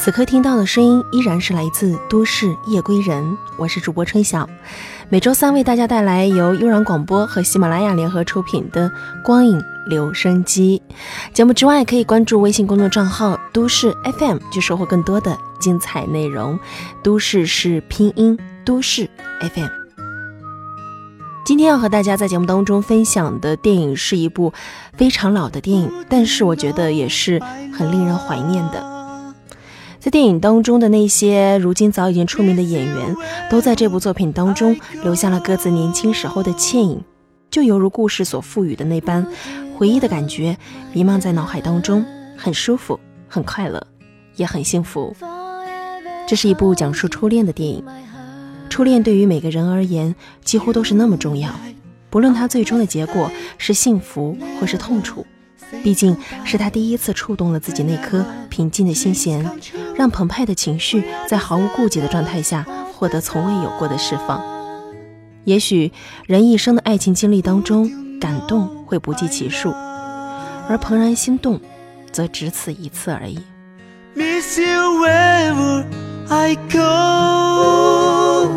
此刻听到的声音依然是来自都市夜归人，我是主播春晓。每周三为大家带来由悠然广播和喜马拉雅联合出品的光影留声机。节目之外可以关注微信公众账号都市 FM 去收获更多的精彩内容。都市是拼音都市 FM。 今天要和大家在节目当中分享的电影是一部非常老的电影，但是我觉得也是很令人怀念的。在电影当中的那些如今早已经出名的演员，都在这部作品当中留下了各自年轻时候的倩影，就犹如故事所赋予的那般，回忆的感觉弥漫在脑海当中，很舒服，很快乐，也很幸福。这是一部讲述初恋的电影，初恋对于每个人而言几乎都是那么重要，不论它最终的结果是幸福或是痛楚，毕竟是他第一次触动了自己那颗平静的心弦，让澎湃的情绪在毫无顾忌的状态下获得从未有过的释放。也许人一生的爱情经历当中，感动会不计其数，而怦然心动则只此一次而已。 Miss you wherever I go.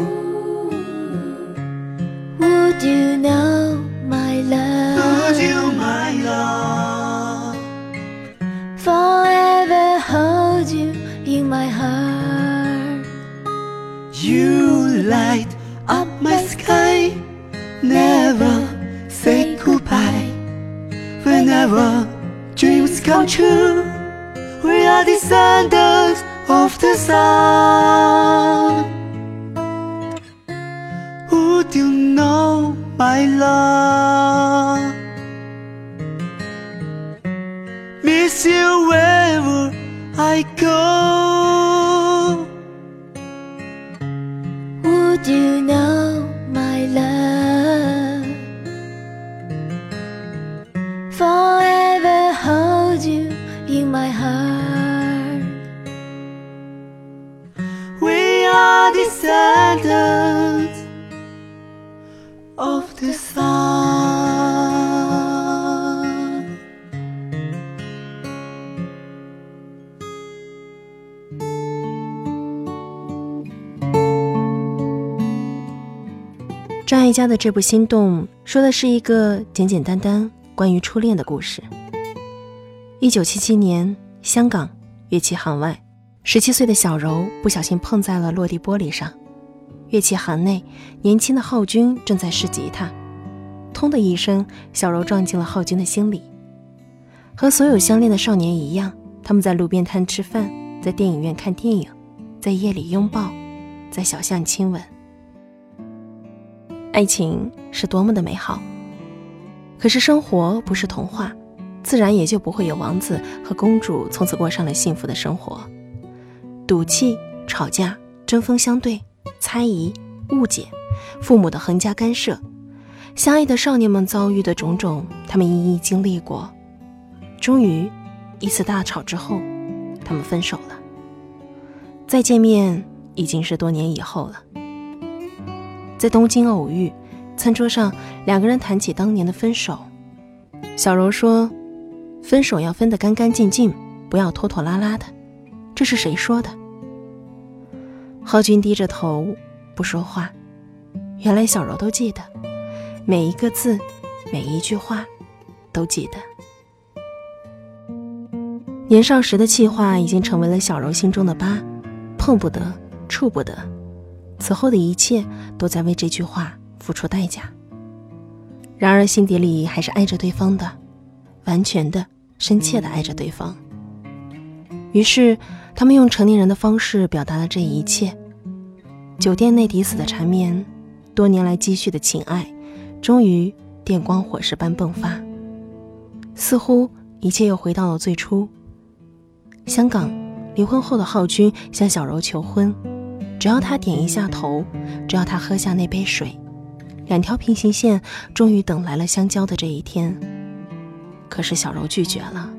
Would you know my love? Would you my love? Forever hold you in my heart. You light up my sky. Never say goodbye. Whenever dreams come true, we are descendants of the sun. Would you know my love? Miss you wherever I go. Would you know my love? Forever hold you in my heart. We are descendants of the sun. 张艾嘉的这部《心动》说的是一个简简单单关于初恋的故事。1977年，香港乐器行外，17岁的小柔不小心碰在了落地玻璃上。乐器行内，年轻的浩君正在试吉他，通的一声，小柔撞进了浩君的心里。和所有相恋的少年一样，他们在路边摊吃饭，在电影院看电影，在夜里拥抱，在小巷亲吻。爱情是多么的美好，可是生活不是童话，自然也就不会有王子和公主从此过上了幸福的生活。赌气、吵架、针锋相对、猜疑、误解，父母的横加干涉，相爱的少年们遭遇的种种，他们一一经历过。终于一次大吵之后，他们分手了。再见面已经是多年以后了。在东京偶遇，餐桌上两个人谈起当年的分手。小柔说，分手要分得干干净净，不要拖拖拉拉的。这是谁说的？浩君低着头不说话。原来小柔都记得，每一个字，每一句话都记得。年少时的气话已经成为了小柔心中的疤，碰不得，触不得。此后的一切都在为这句话付出代价。然而心底里还是爱着对方的，完全的、深切的爱着对方。于是他们用成年人的方式表达了这一切。酒店内抵死的缠绵，多年来积蓄的情爱，终于电光火石般迸发。似乎一切又回到了最初。香港离婚后的浩君向小柔求婚，只要他点一下头，只要他喝下那杯水，两条平行线终于等来了相交的这一天。可是小柔拒绝了。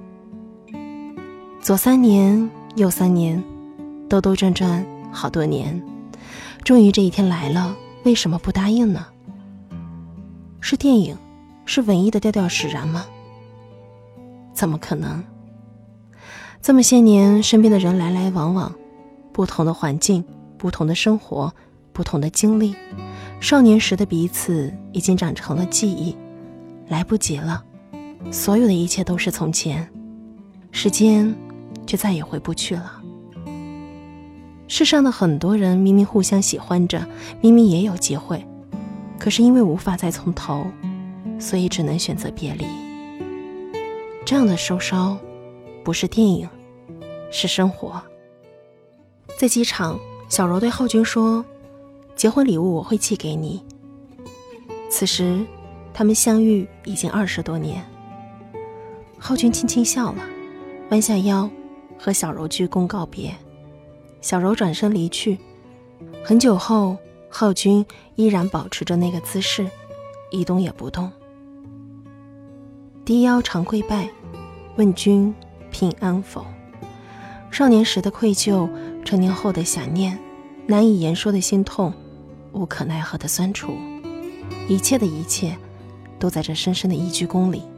左3年右3年，兜兜转转好多年，终于这一天来了，为什么不答应呢？是电影，是文艺的调调使然吗？怎么可能？ 这么些年，身边的人来来往往，不同的环境，不同的生活，不同的经历，少年时的彼此已经长成了记忆，来不及了，所有的一切都是从前，时间却再也回不去了。世上的很多人明明互相喜欢着，明明也有机会，可是因为无法再从头，所以只能选择别离。这样的收梢不是电影，是生活。在机场，小柔对浩君说，结婚礼物我会寄给你。此时他们相遇已经20多年。浩君轻轻笑了，弯下腰和小柔鞠躬告别。小柔转身离去，很久后，浩君依然保持着那个姿势，一动也不动。低腰长跪拜，问君平安否？少年时的愧疚，成年后的想念，难以言说的心痛，无可奈何的酸楚，一切的一切都在这深深的一鞠躬里。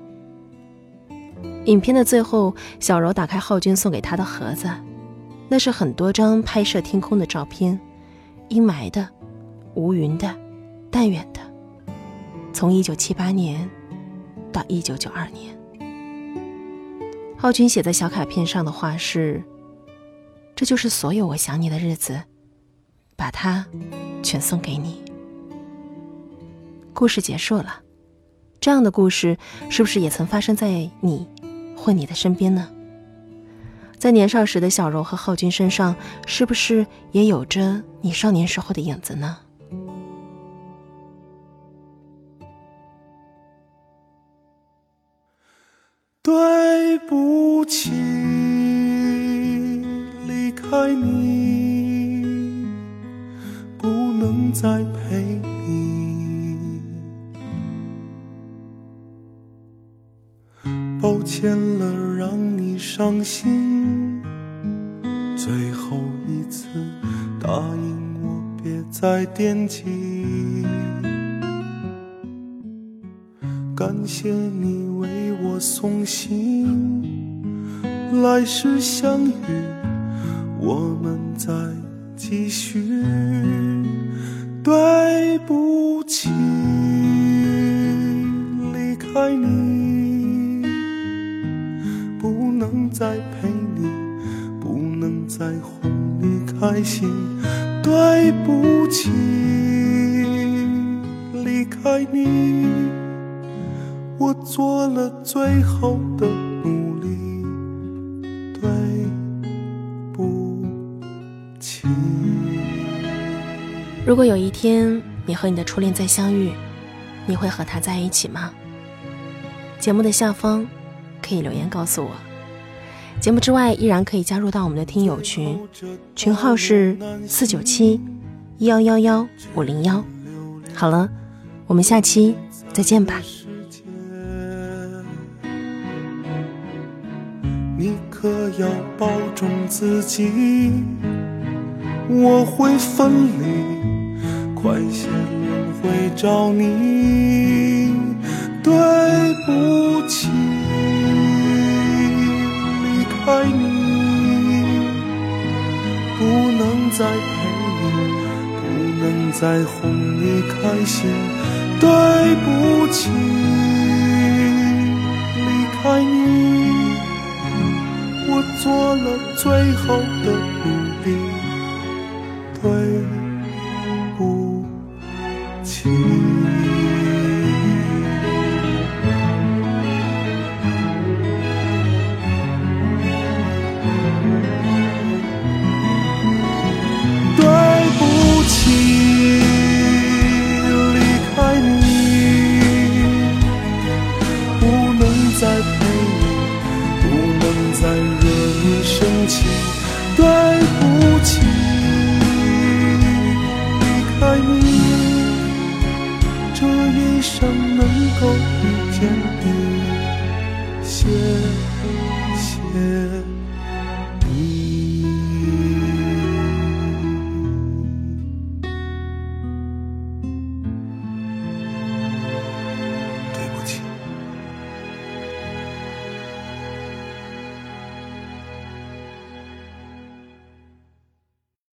影片的最后，小柔打开浩君送给她的盒子，那是很多张拍摄天空的照片，阴霾的，无云的，淡远的，从1978年到1992年。浩君写在小卡片上的话是，这就是所有我想你的日子，把它全送给你。故事结束了，这样的故事是不是也曾发生在你或你的身边呢？在年少时的小柔和浩君身上，是不是也有着你少年时候的影子呢？ 对不起，离开你，不能再陪你。抱歉了，让你伤心。最后一次，答应我别再惦记。感谢你为我送行，来世相遇，我们再继续。对不起，离开你，不能再陪你，不能再哄你开心。对不起，离开你，我做了最后的努力。对不起。 如果有一天你和你的初恋再相遇，你会和他在一起吗？节目的下方可以留言告诉我。节目之外，依然可以加入到我们的听友群，群号是497-111-501。好了，我们下期再见吧。 你可要保重自己，我会分离，快些轮回找你。对不起，离开你，不能再陪你，不能再哄你开心。对不起，离开你，我做了最后的努力。